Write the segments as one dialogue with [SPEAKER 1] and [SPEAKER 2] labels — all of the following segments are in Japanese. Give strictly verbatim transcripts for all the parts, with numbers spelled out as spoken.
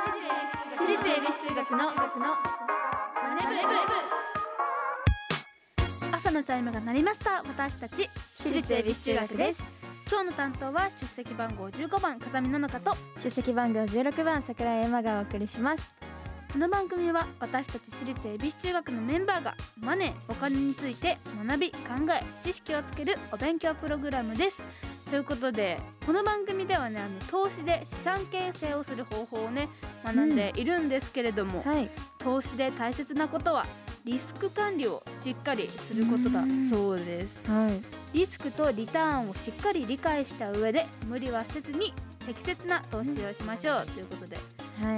[SPEAKER 1] 私立恵比寿中学のマネブ。朝のチャイムが鳴りました。私たち私立恵比寿中学です。今日の担当は出席番号じゅうごばん風見ののかと
[SPEAKER 2] 出席番号じゅうろくばん桜井エマがお送りします。
[SPEAKER 1] この番組は私たち私立恵比寿中学のメンバーがマネー、お金について学び、考え、知識をつけるお勉強プログラムです。ということでこの番組ではね、あの投資で資産形成をする方法をね学んでいるんですけれども、うんはい、投資で大切なことはリスク管理をしっかりすることだそうです、はい、リスクとリターンをしっかり理解した上で無理はせずに適切な投資をしましょうということで、はい、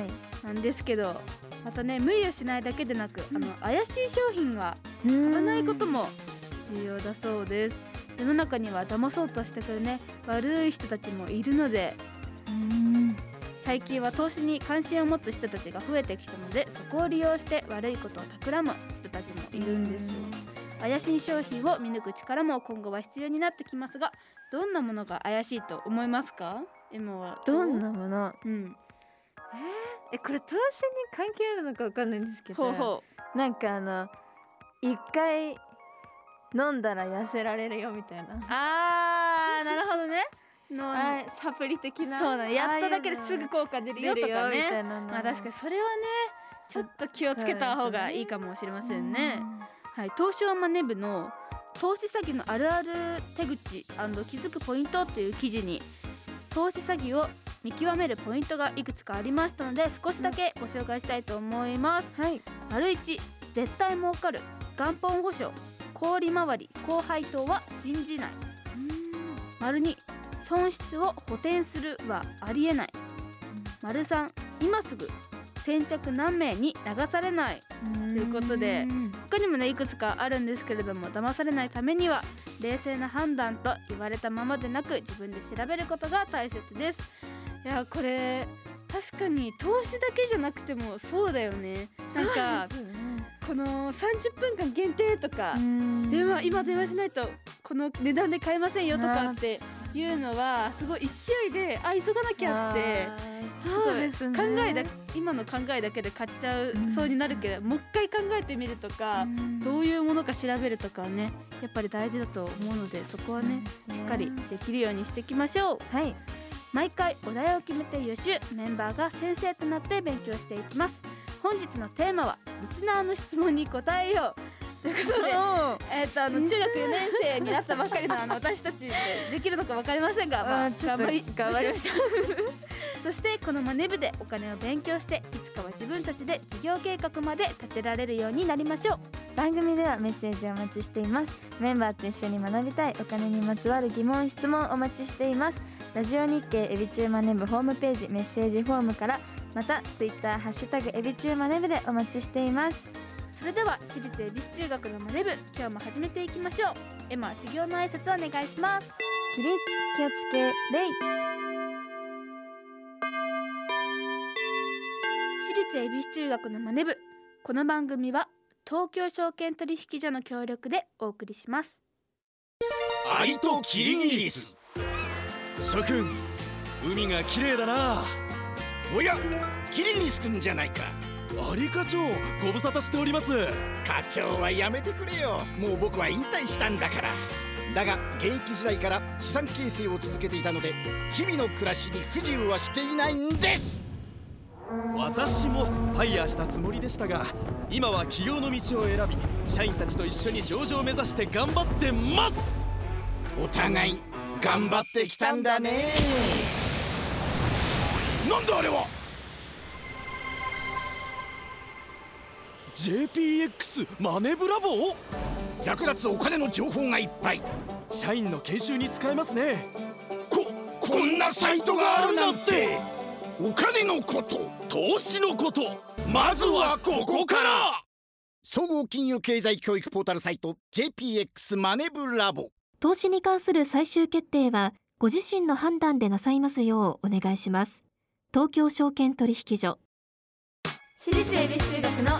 [SPEAKER 1] なんですけどまたね無理をしないだけでなく、あの怪しい商品は買わないことも重要だそうです。世の中には騙そうとしてくるね悪い人たちもいるので、うーん最近は投資に関心を持つ人たちが増えてきたので、そこを利用して悪いことを企む人たちもいるんですよ。怪しい商品を見抜く力も今後は必要になってきますが、どんなものが怪しいと思いますか？今は
[SPEAKER 2] どんなもの、うん、えー、えこれ投資に関係あるのか分かんないんですけど、ほうほうなんかあの一回飲んだら痩せられるよみたいな。
[SPEAKER 1] あーなるほどね
[SPEAKER 2] のサプリ的な、
[SPEAKER 1] そうだ、やっただけですぐ効果出るよとかね。まあ確かにそれはねちょっと気をつけた方がいいかもしれませんね。はい、東証マネ部の投資詐欺のあるある手口&気づくポイントという記事に投資詐欺を見極めるポイントがいくつかありましたので、少しだけご紹介したいと思います。はい、丸いち、絶対儲かる、元本保証、高利回り、高配当は信じない。丸に、損失を補填するはありえない。丸さん、今すぐ先着何名に流されない。ということで他にもねいくつかあるんですけれども、騙されないためには冷静な判断と言われたままでなく自分で調べることが大切です。いやこれ確かに投資だけじゃなくてもそうだよね。なんかこのさんじゅっぷんかん限定とか電話今電話しないとこの値段で買えませんよとかっていうのはすごい勢いであ急がなきゃって
[SPEAKER 2] そうですね、
[SPEAKER 1] 考えだ今の考えだけで買っちゃうそうになるけど、もう一回考えてみるとかどういうものか調べるとかはねやっぱり大事だと思うので、そこはねしっかりできるようにしていきましょう。はい、毎回お題を決めて予習、メンバーが先生となって勉強していきます。本日のテーマはリスナーの質問に答えようということで、えーとあの中学よねん生になったばかりのあの私たちでできるのか分かりませんが、まあ、頑張り頑張りましょうそしてこのマネ部でお金を勉強していつかは自分たちで事業計画まで立てられるようになりましょう。
[SPEAKER 2] 番組ではメッセージをお待ちしています。メンバーと一緒に学びたいお金にまつわる疑問質問お待ちしています。ラジオ日経エビチューマネ部ホームページメッセージフォームから、またツイッターハッシュタグエビチューマネ部でお待ちしています。
[SPEAKER 1] それでは私立恵比寿中学のマネ部、今日も始めていきましょう。エマ修行の挨拶をお願いします。
[SPEAKER 2] 起立、気をつけ、礼。
[SPEAKER 1] 私立恵比寿中学のマネ部、この番組は東京証券取引所の協力でお送りします。
[SPEAKER 3] アリとキリギリス。諸君、海が綺麗だな。
[SPEAKER 4] おや、キリギリス君じゃないか。
[SPEAKER 3] アリ課長、ご無沙汰しております。
[SPEAKER 4] 課長はやめてくれよ。もう僕は引退したんだから。だが現役時代から資産形成を続けていたので、日々の暮らしに不自由はしていないんです。
[SPEAKER 3] 私もファイヤーしたつもりでしたが、今は起業の道を選び、社員たちと一緒に上場を目指して頑張ってます。
[SPEAKER 4] お互い頑張ってきたんだね。なんだあれは。
[SPEAKER 3] ジェーピーエックス マネブラボー。
[SPEAKER 4] 役立つお金の情報がいっぱい。
[SPEAKER 3] 社員の研修に使えますね。
[SPEAKER 4] ここんなサイトがあるなんて。お金のこと、
[SPEAKER 3] 投資のこと、まずはここから。
[SPEAKER 4] 総合金融経済教育ポータルサイト ジェーピーエックス マネブラボ。
[SPEAKER 5] 投資に関する最終決定はご自身の判断でなさいますようお願いします。東京証券取引所。
[SPEAKER 1] 私立恵比寿中学の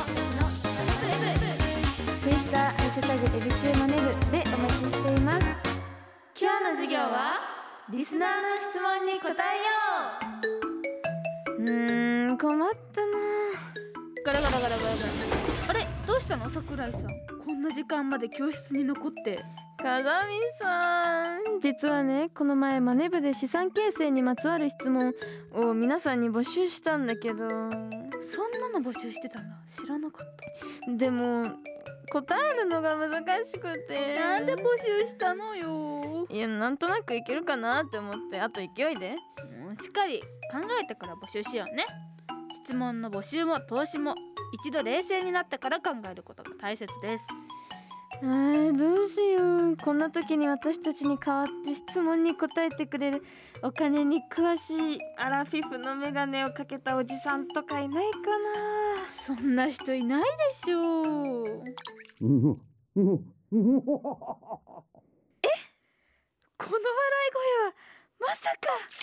[SPEAKER 2] ツイッターハッシュタグエビチューマネ部でお待ちしています。
[SPEAKER 1] 今日の授業はリスナーの質問に答えよう。
[SPEAKER 2] うーん困ったな。
[SPEAKER 1] ガラガラガラガラガラ。あれどうしたの桜井さん、こんな時間まで教室に残って。
[SPEAKER 2] 風見さん、実はね、この前マネ部で資産形成にまつわる質問を皆さんに募集したんだけど。
[SPEAKER 1] そんなの募集してたんだ、知らなかった。
[SPEAKER 2] でも答えるのが難しくて。
[SPEAKER 1] なんで募集したのよ。
[SPEAKER 2] いや、なんとなくいけるかなって思って。あと勢いで
[SPEAKER 1] もうしっかり考えてから募集しようね。質問の募集も投資も一度冷静になってから考えることが大切です。
[SPEAKER 2] あー、どうしよう。こんな時に私たちに代わって質問に答えてくれるお金に詳しいアラフィフのメガネをかけたおじさんとかいないかな。
[SPEAKER 1] そんな人いないでしょう。え、この笑い声はまさ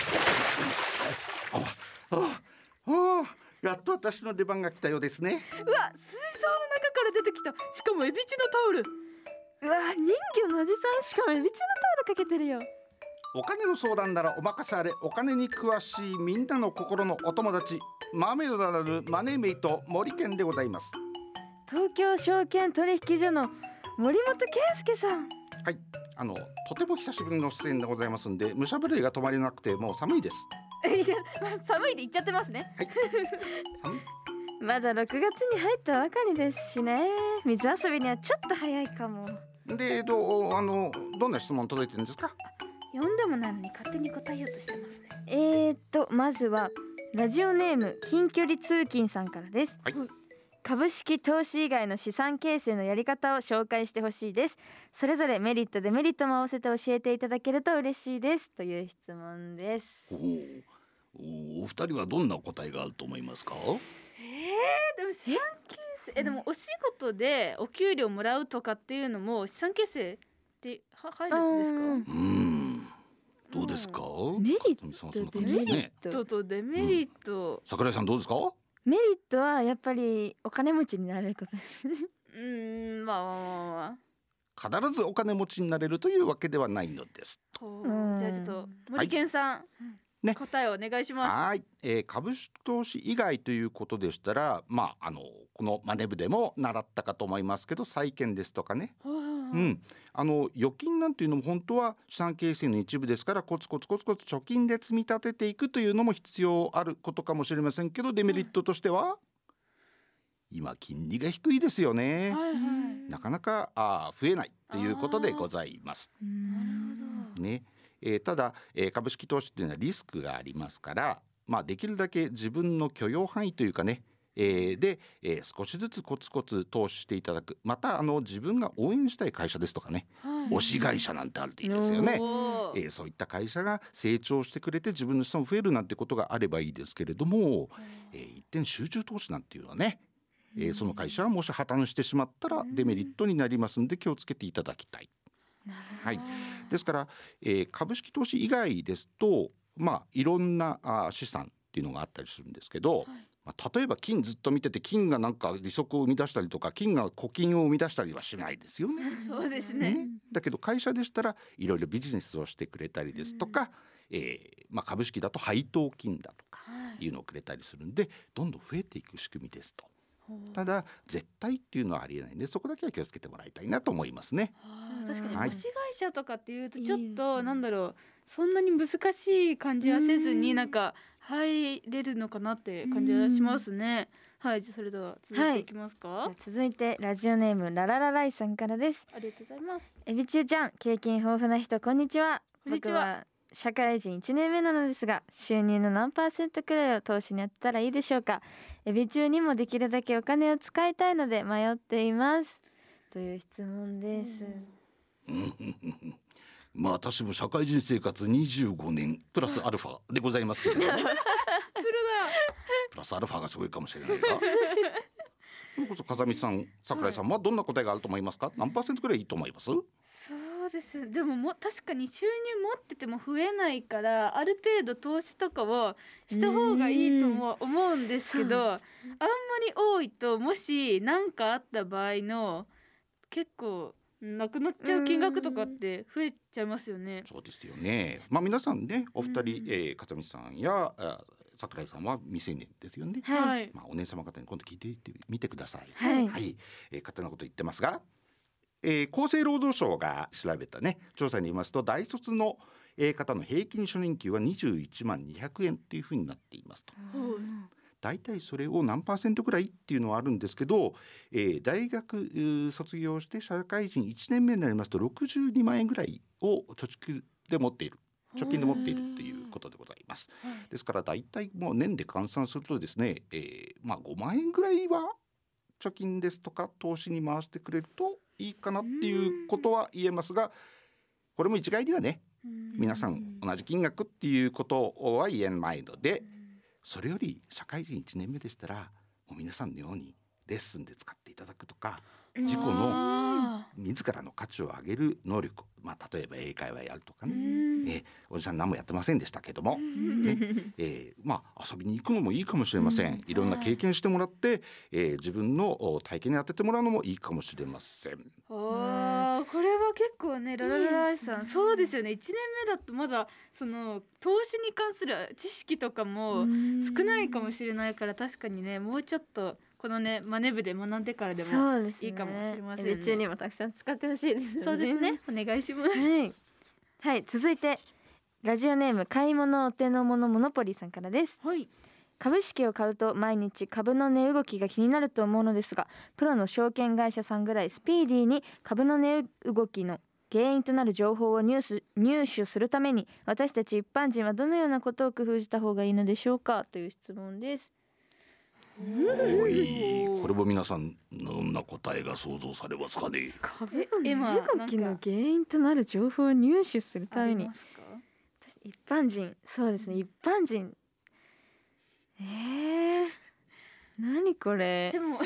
[SPEAKER 1] か。
[SPEAKER 6] ああああ、やっと私の出番が来たようですね。
[SPEAKER 1] うわ、水槽の中から出てきた。しかもエビチのタオル。
[SPEAKER 2] うわ、人魚のおじさん、しかもエビチのタオルかけてるよ。
[SPEAKER 6] お金の相談ならお任せあれ。お金に詳しいみんなの心のお友達、マーメイドならぬマネーメイト森健でございます。
[SPEAKER 2] 東京証券取引所の森本健介さん。
[SPEAKER 6] はい、あのとても久しぶりの出演でございますんで、武者震いが止まりなくてもう寒いです。
[SPEAKER 1] いや、寒いで言っちゃってますね。
[SPEAKER 6] はい、寒い。
[SPEAKER 2] まだろくがつに入ったばかりですしね。水遊びにはちょっと早いかも。
[SPEAKER 6] で、どうあのどんな質問届いてるんですか？
[SPEAKER 1] 読んでもないのに勝手に答えようとしてますね。
[SPEAKER 2] えーっとまずはラジオネーム近距離通勤さんからです。
[SPEAKER 6] はい、
[SPEAKER 2] 株式投資以外の資産形成のやり方を紹介してほしいです。それぞれメリットデメリットも合わせて教えていただけると嬉しいです、という質問です。
[SPEAKER 7] おお、お二人はどんな答えがあると思いますか？
[SPEAKER 1] えー、でも資産形成えでもお仕事でお給料もらうとかっていうのも資産形成っては入るんですか？
[SPEAKER 2] うん
[SPEAKER 7] うーん、どうですか？
[SPEAKER 2] メリッ
[SPEAKER 7] トさんはそんな
[SPEAKER 2] ト
[SPEAKER 7] 感じですね。
[SPEAKER 1] ちょっとデメリット、
[SPEAKER 7] 桜井さんどうですか？
[SPEAKER 2] メリットはやっぱりお金持ちになれることですね。
[SPEAKER 1] うーん、まあまあまあまあ、
[SPEAKER 6] 必ずお金持ちになれるというわけではないのです。
[SPEAKER 1] ほ
[SPEAKER 2] うん
[SPEAKER 1] うじゃあちょっと森健さん、
[SPEAKER 6] ね
[SPEAKER 1] 答えをお願いします。
[SPEAKER 6] はい、えー、株式投資以外ということでしたら、まああのこのマネ部でも習ったかと思いますけど、債券ですとかね、
[SPEAKER 1] はあはあ
[SPEAKER 6] うん、あの預金なんていうのも本当は資産形成の一部ですから、コツコツコツコツ貯金で積み立てていくというのも必要あることかもしれませんけど、デメリットとしては今金利が低いですよね。
[SPEAKER 1] はいはい、
[SPEAKER 6] なかなかあ増えないということでございます。
[SPEAKER 1] なるほど。
[SPEAKER 6] ねえーただ、えー株式投資というのはリスクがありますから、まあ、できるだけ自分の許容範囲というかね、えーで、えー少しずつコツコツ投資していただく。またあの自分が応援したい会社ですとかね、
[SPEAKER 1] はい、
[SPEAKER 6] 推し会社なんてあるといいですよね。
[SPEAKER 1] おー
[SPEAKER 6] えーそういった会社が成長してくれて自分の資産も増えるなんてことがあればいいですけれども、えー一点集中投資なんていうのはね、えーその会社はもし破綻してしまったらデメリットになりますんで、気をつけていただきたい。
[SPEAKER 1] なるほど。
[SPEAKER 6] はいですから、えー株式投資以外ですと、まあ、いろんなあ資産っていうのがあったりするんですけど、まあ、例えば金ずっと見てて金がなんか利息を生み出したりとか金が古金を生み出したりはしないですよね。
[SPEAKER 1] そうですね。
[SPEAKER 6] ねだけど会社でしたらいろいろビジネスをしてくれたりですとか、えーまあ、株式だと配当金だとか
[SPEAKER 1] はい
[SPEAKER 6] いうのをくれたりするんで、どんどん増えていく仕組みですと。
[SPEAKER 1] ほう
[SPEAKER 6] ただ絶対っていうのはありえないんで、そこだけは気をつけてもらいたいなと思いますね。
[SPEAKER 1] あー確かに
[SPEAKER 6] はい
[SPEAKER 1] 推し会社とかっていうとちょっ
[SPEAKER 2] いいです
[SPEAKER 1] と
[SPEAKER 2] ね
[SPEAKER 1] なんだろう、そんなに難しい感じはせず
[SPEAKER 2] うん
[SPEAKER 1] になんか入れるのかなって感じはしますね。はい、じゃあそれでは続いていきますか。
[SPEAKER 2] じゃあ続いてラジオネームラララライさんからです。
[SPEAKER 1] ありがとうございます。
[SPEAKER 2] エビチューちゃん、経験豊富な人、こんにちは。
[SPEAKER 1] こんにちは
[SPEAKER 2] 僕は社会人いちねんめなのですが、収入の何パーセントくらいを投資にやったらいいでしょうか。エビ中にもできるだけお金を使いたいので迷っています、という質問です。
[SPEAKER 7] まあ私も社会人生活にじゅうごねんプラスアルファでございますけれども、プラスアルファがすごいかもしれないがそれこそ風見さん、桜井さんはどんな答えがあると思いますか？何パーセントくらいいいと思います？
[SPEAKER 1] そうですよ。でもも確かに収入持ってても増えないから、ある程度投資とかはした方がいいとも思うんですけど、あんまり多いともし何かあった場合の結構なくなっちゃう金額とかって増えちゃいますよね。
[SPEAKER 6] そうですよね。まあ皆さんね、お二人、
[SPEAKER 1] うん
[SPEAKER 6] えー、風見さんやあ桜井さんは未成年ですよね。
[SPEAKER 2] はい、
[SPEAKER 6] まあ、お姉様方に今度聞いてみてください。
[SPEAKER 2] はい、
[SPEAKER 6] はい、えー、勝手なこと言ってますが、えー、厚生労働省が調べたね調査によりますと、大卒の方の平均初任給はにじゅういちまんにひゃくえんっていうふうになっていますと。だいたいそれを何パーセントくらいっていうのはあるんですけど、えー、大学卒業して社会人いちねんめになりますとろくじゅうにまんえんぐらいを貯蓄で持っている貯金で持っているということでございます。ですからだいたいもう年で換算するとですね、えー、まあごまんえんぐらいは貯金ですとか投資に回してくれるといいかなっていうことは言えますが、これも一概にはね皆さん同じ金額っていうことは言えないので、それより社会人いちねんめでしたらもう皆さんのようにレッスンで使っていただくとか、自己の自らの価値を上げる能力、まあ、例えば英会話やるとかね、えー、おじさん何もやってませんでしたけども、ねえーまあ、遊びに行くのもいいかもしれません。いろんな経験してもらって、えー、自分の体験に当ててもらうのもいいかもしれません。
[SPEAKER 1] あ、これは結構ねラララライさん、そうですよね。いちねんめだとまだその投資に関する知識とかも少ないかもしれないから、確かにねもうちょっとこのねマネ部で学んでからでもいいかもしれませんね。
[SPEAKER 2] エビ中にもたくさん使ってほしいですね。
[SPEAKER 1] そうですね、お願いします。
[SPEAKER 2] はい、はい、続いてラジオネーム買い物お手の物モノポリーさんからです。
[SPEAKER 1] はい、
[SPEAKER 2] 株式を買うと毎日株の値動きが気になると思うのですが、プロの証券会社さんぐらいスピーディーに株の値動きの原因となる情報を入手、入手するために私たち一般人はどのようなことを工夫した方がいいのでしょうか、という質問です。
[SPEAKER 7] おい、これも皆さんどんな答えが想像されますかね。
[SPEAKER 2] 株の値動きの原因となる情報を入手するために一般人、そうですね、一般人、えー、何これ。
[SPEAKER 1] でもあれ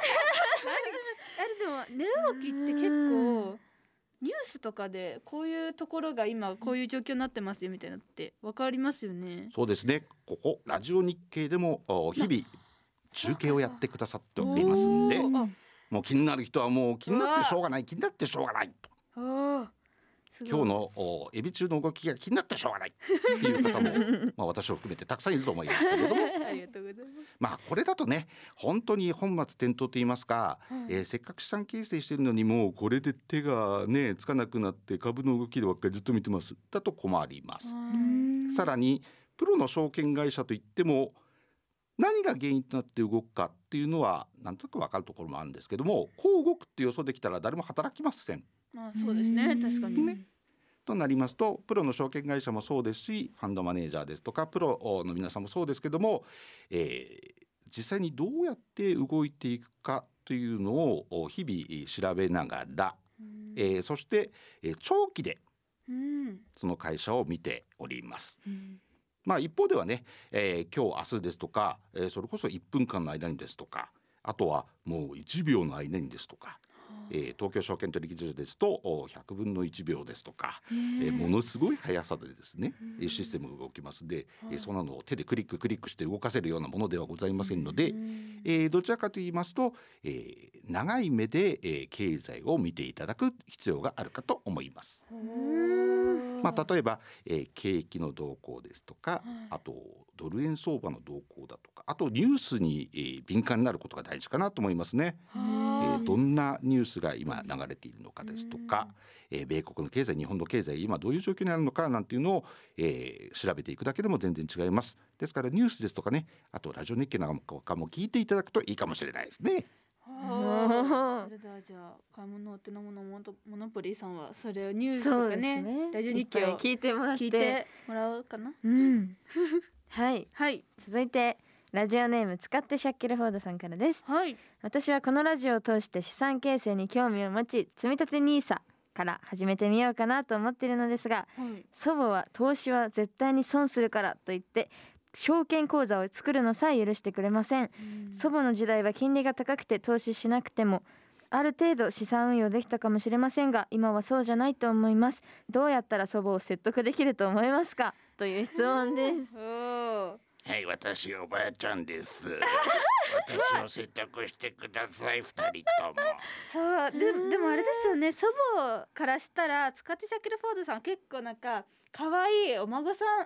[SPEAKER 1] でも値動きって結構ニュースとかでこういうところが今こういう状況になってますよみたいなって分かりますよね。
[SPEAKER 6] そうですね、ここラジオ日経でも日々中継をやってくださっておりますんで、もう気になる人はもう気になってしょうがない、気になってしょうがないと、今日のエビ中の動きが気になってしょうがないっていう方もまあ私を含めてたくさんいると思いますけれども
[SPEAKER 1] ありがとうございます。
[SPEAKER 6] まあこれだとね本当に本末転倒と言いますか、はい、えー、せっかく資産形成してるのにもうこれで手がねつかなくなって株の動きでばっかりずっと見てますだと困ります。さらにプロの証券会社といっても何が原因となって動くかっていうのはなんとなく分かるところもあるんですけども、こう動くって予想できたら誰も働きません。
[SPEAKER 1] あ、そうですね、確かに
[SPEAKER 6] ね。となりますとプロの証券会社もそうですしファンドマネージャーですとかプロの皆さんもそうですけども、えー、実際にどうやって動いていくかというのを日々調べながら、えー、そして、えー、長期でその会社を見ております。まあ、一方ではね、えー、今日明日ですとか、えー、それこそいっぷんかんの間にですとか、あとはもういちびょうの間にですとか、えー、東京証券取引所ですとひゃくぶんのいちびょうですとか、えー、ものすごい速さでですねシステムが動きますので、えー、そんなのを手でクリッククリックして動かせるようなものではございませんので、えー、どちらかと言いますと、えー、長い目で、えー、経済を見ていただく必要があるかと思います。まあ、例えば、えー、景気の動向ですとか、あとドル円相場の動向だとか、あとニュースに、えー、敏感になることが大事かなと思いますね。えー、どんなニュースが今流れているのかですとか、えー、米国の経済、日本の経済今どういう状況にあるのかなんていうのを、えー、調べていくだけでも全然違います。ですからニュースですとかね、あとラジオ日経なんかも聞いていただくといいかもしれないですね。
[SPEAKER 1] それではじゃあ買い物お手の物モノポリーさんはそれをニュースとか ね, ねラジオ日経を
[SPEAKER 2] 聞いてもらって
[SPEAKER 1] 聞いてもらおうかな、
[SPEAKER 2] うん、はい、
[SPEAKER 1] はい、
[SPEAKER 2] 続いてラジオネーム使ってシャッケルフォードさんからです。
[SPEAKER 1] はい、
[SPEAKER 2] 私はこのラジオを通して資産形成に興味を持ち、積み立て ニーサ から始めてみようかなと思っているのですが、はい、祖母は投資は絶対に損するからと言って証券口座を作るのさえ許してくれません。うん、祖母の時代は金利が高くて投資しなくてもある程度資産運用できたかもしれませんが、今はそうじゃないと思います。どうやったら祖母を説得できると思いますか、という質問です。
[SPEAKER 7] はい、私おばあちゃんです。私を説得してください、二人とも。
[SPEAKER 1] そうで、でもあれですよね、祖母からしたら使ってシャッケルフォードさん結構なんか可愛いお孫さん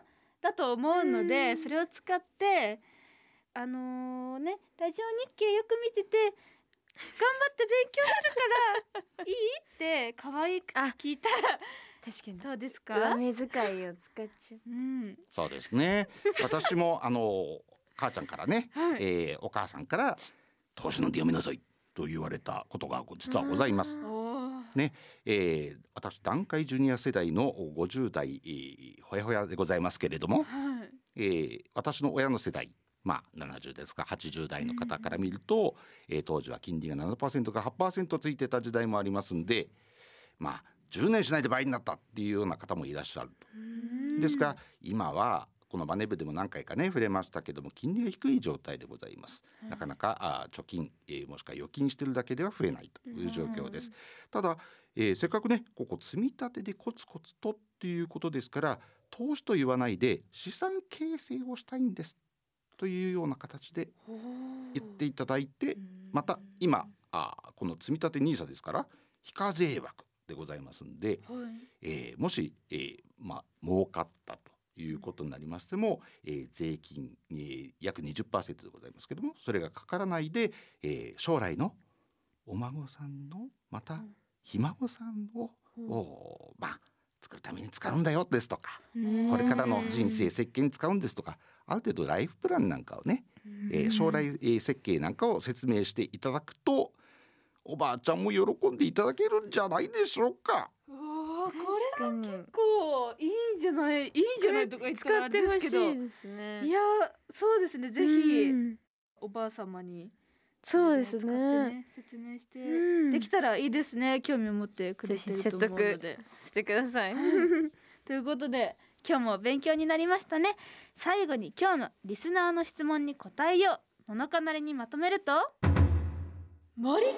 [SPEAKER 1] だと思うので、うん、それを使ってあのー、ねラジオ日経よく見てて頑張って勉強するからいいって可愛く聞いたら
[SPEAKER 2] 確かに
[SPEAKER 1] どうですか？
[SPEAKER 2] 上目遣いを使っちゃう、うん、
[SPEAKER 6] そうですね。私もあの母ちゃんからね、はい、えー、お母さんから投資なんて読みなさいと言われたことが実はございます。ね、えー、私団塊ジュニア世代のごじゅう代、えー、ほやほやでございますけれども、はい、えー、私の親の世代、まあななじゅうですかはちじゅう代の方から見ると、うん、えー、当時は金利が ななパーセント か はちパーセント ついてた時代もありますんで、まあじゅうねんしないで倍になったっていうような方もいらっしゃると。ですが今はこのマネ部でも何回かね触れましたけども、金利が低い状態でございます。なかなかあ貯金、えー、もしくは預金してるだけでは増えないという状況です。ただ、えー、せっかくねここ積み立てでコツコツとっていうことですから、投資と言わないで資産形成をしたいんですというような形で言っていただいて、また今あこの積み立てニーサですから非課税枠でございますんで、はい、えー、もし、えー、まあ儲かったということになりましても、えー、税金、えー、約 にじゅっパーセント でございますけども、それがかからないで、えー、将来のお孫さんのまたひ孫さんを、うん、おまあ作るために使うんだよですとか、これからの人生設計に使うんですとか、ある程度ライフプランなんかをね、えー、将来設計なんかを説明していただくと、おばあちゃんも喜んでいただけるんじゃないでしょうか。
[SPEAKER 1] これは結構いいんじゃないいいんじゃないとか言ったらあれですけど、いですね、いやそうですね、ぜひおばあ様に
[SPEAKER 2] そうですね、
[SPEAKER 1] ね、説明してできたらいいですね。興味を持ってくれてると思うので
[SPEAKER 2] 説得してください
[SPEAKER 1] ということで今日も勉強になりましたね。最後に今日のリスナーの質問に答えよう。ののかなりにまとめると、森健さんやっ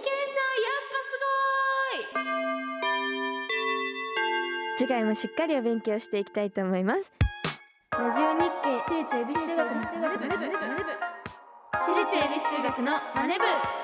[SPEAKER 1] ぱすごい。
[SPEAKER 2] 次回もしっかりお勉強していきたいと思います。ラジオ日経
[SPEAKER 1] 私立恵比寿中学のマネ部、私立恵比寿中学のマネ部、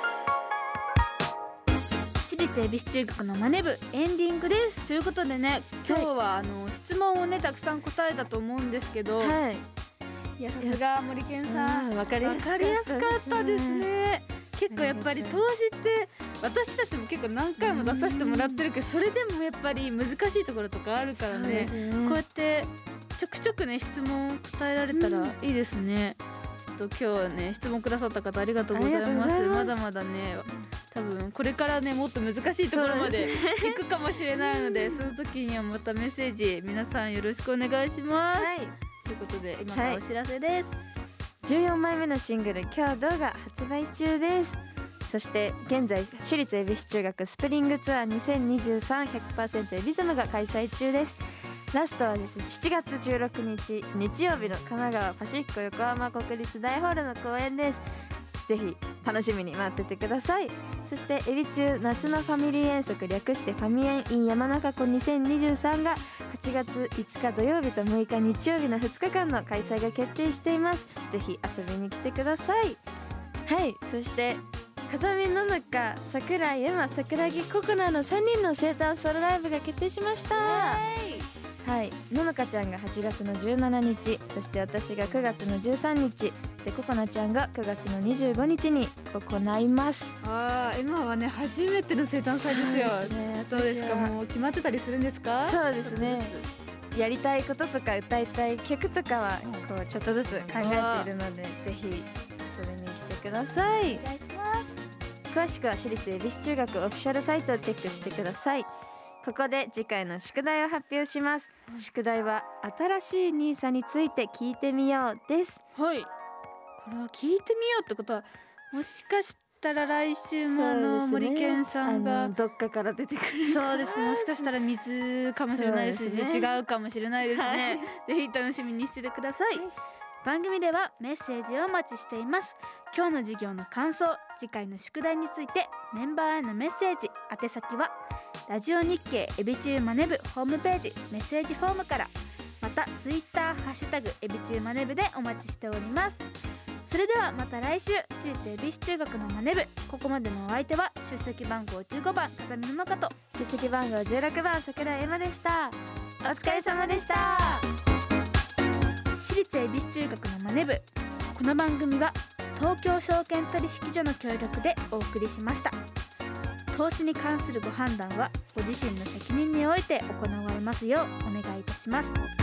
[SPEAKER 1] 私立恵比寿中学のマネ部エンディングです。ということでね、今日はあの質問をねたくさん答えたと思うんですけど、はい、いやさすが森健さん、
[SPEAKER 2] わかりやすか
[SPEAKER 1] ったですね。結構やっぱり投資って私たちも結構何回も出させてもらってるけど、それでもやっぱり難しいところとかあるからね、こうやってちょくちょくね質問答えられたらいいですね。ちょっと今日はね質問くださった方ありがとうございます。まだまだね多分これからねもっと難しいところまで行くかもしれないので、 そ, でその時にはまたメッセージ皆さんよろしくお願いします、はい、ということで今からお知らせです、はい、
[SPEAKER 2] じゅうよんまいめのシングル今日動画発売中です。そして現在私立恵比寿中学スプリングツアーにせんにじゅうさん ひゃくパーセント エビズムが開催中です。ラストはですしちがつじゅうろくにち日曜日の神奈川パシフィコ横浜国立大ホールの公演です。ぜひ楽しみに待っててください。そしてエビ中夏のファミリー遠足略してファミエン in 山中湖にせんにじゅうさんがはちがついつか土曜日とむいか日曜日のふつかかんの開催が決定しています。ぜひ遊びに来てください。はい、そして風見ののか、桜井エマ、桜木ココナのさんにんの生誕ソロライブが決定しました。はい、ののかちゃんがはちがつのじゅうしちにち、そして私がくがつのじゅうさんにちで、ココナちゃんがくがつのにじゅうごにちに行います。
[SPEAKER 1] あー、エマはね初めての生誕祭ですよ。そうですね。どうですか、もう決まってたりするんですか？
[SPEAKER 2] そうですね、やりたいこととか歌いたい曲とかはこうちょっとずつ考えているので、ぜひ遊びに来てください。
[SPEAKER 1] お願いします。
[SPEAKER 2] 詳しくは私立恵比寿中学オフィシャルサイトをチェックしてください。ここで次回の宿題を発表します。宿題は新しいニーサについて聞いてみようです。
[SPEAKER 1] はい、これは聞いてみようってことはもしかしたら来週もあの森健さんが
[SPEAKER 2] どっかから出てくる。
[SPEAKER 1] そうですね、もしかしたら水かもしれないですし、ね、違うかもしれないですね、はい、ぜひ楽しみにしててください、はい。番組ではメッセージをお待ちしています。今日の授業の感想、次回の宿題についてメンバーへのメッセージ、宛先はラジオ日経エビチューマネ部ホームページメッセージフォームから、またツイッターハッシュタグエビチューマネ部でお待ちしております。それではまた来週、私立恵比寿中学のマネ部、ここまでのお相手は出席番号じゅうごばん風見ののかと
[SPEAKER 2] 出席番号じゅうろくばん桜井エマでした。お疲れ様でした。
[SPEAKER 1] 私立立恵比寿中学のマネ部。この番組は東京証券取引所の協力でお送りしました。投資に関するご判断はご自身の責任において行われますようお願いいたします。